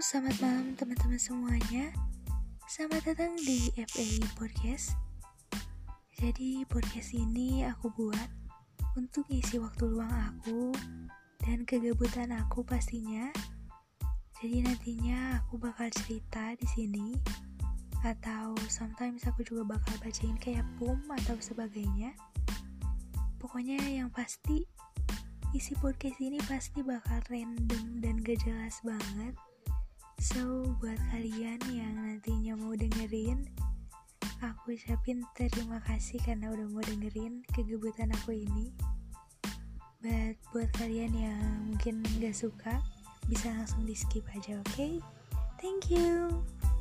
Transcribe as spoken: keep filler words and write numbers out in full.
selamat malam teman-teman semuanya. Selamat datang di F A I Podcast. Jadi podcast ini aku buat untuk isi waktu luang aku dan kegabutan aku pastinya. Jadi nantinya aku bakal cerita di sini, atau sometimes aku juga bakal bacain kayak poem atau sebagainya. Pokoknya yang pasti isi podcast ini pasti bakal random dan gak jelas banget. So, buat kalian yang nantinya mau dengerin, aku ucapin terima kasih karena udah mau dengerin kegebutan aku ini. But buat kalian yang mungkin gak suka, bisa langsung di skip aja, oke? Okay? Thank you.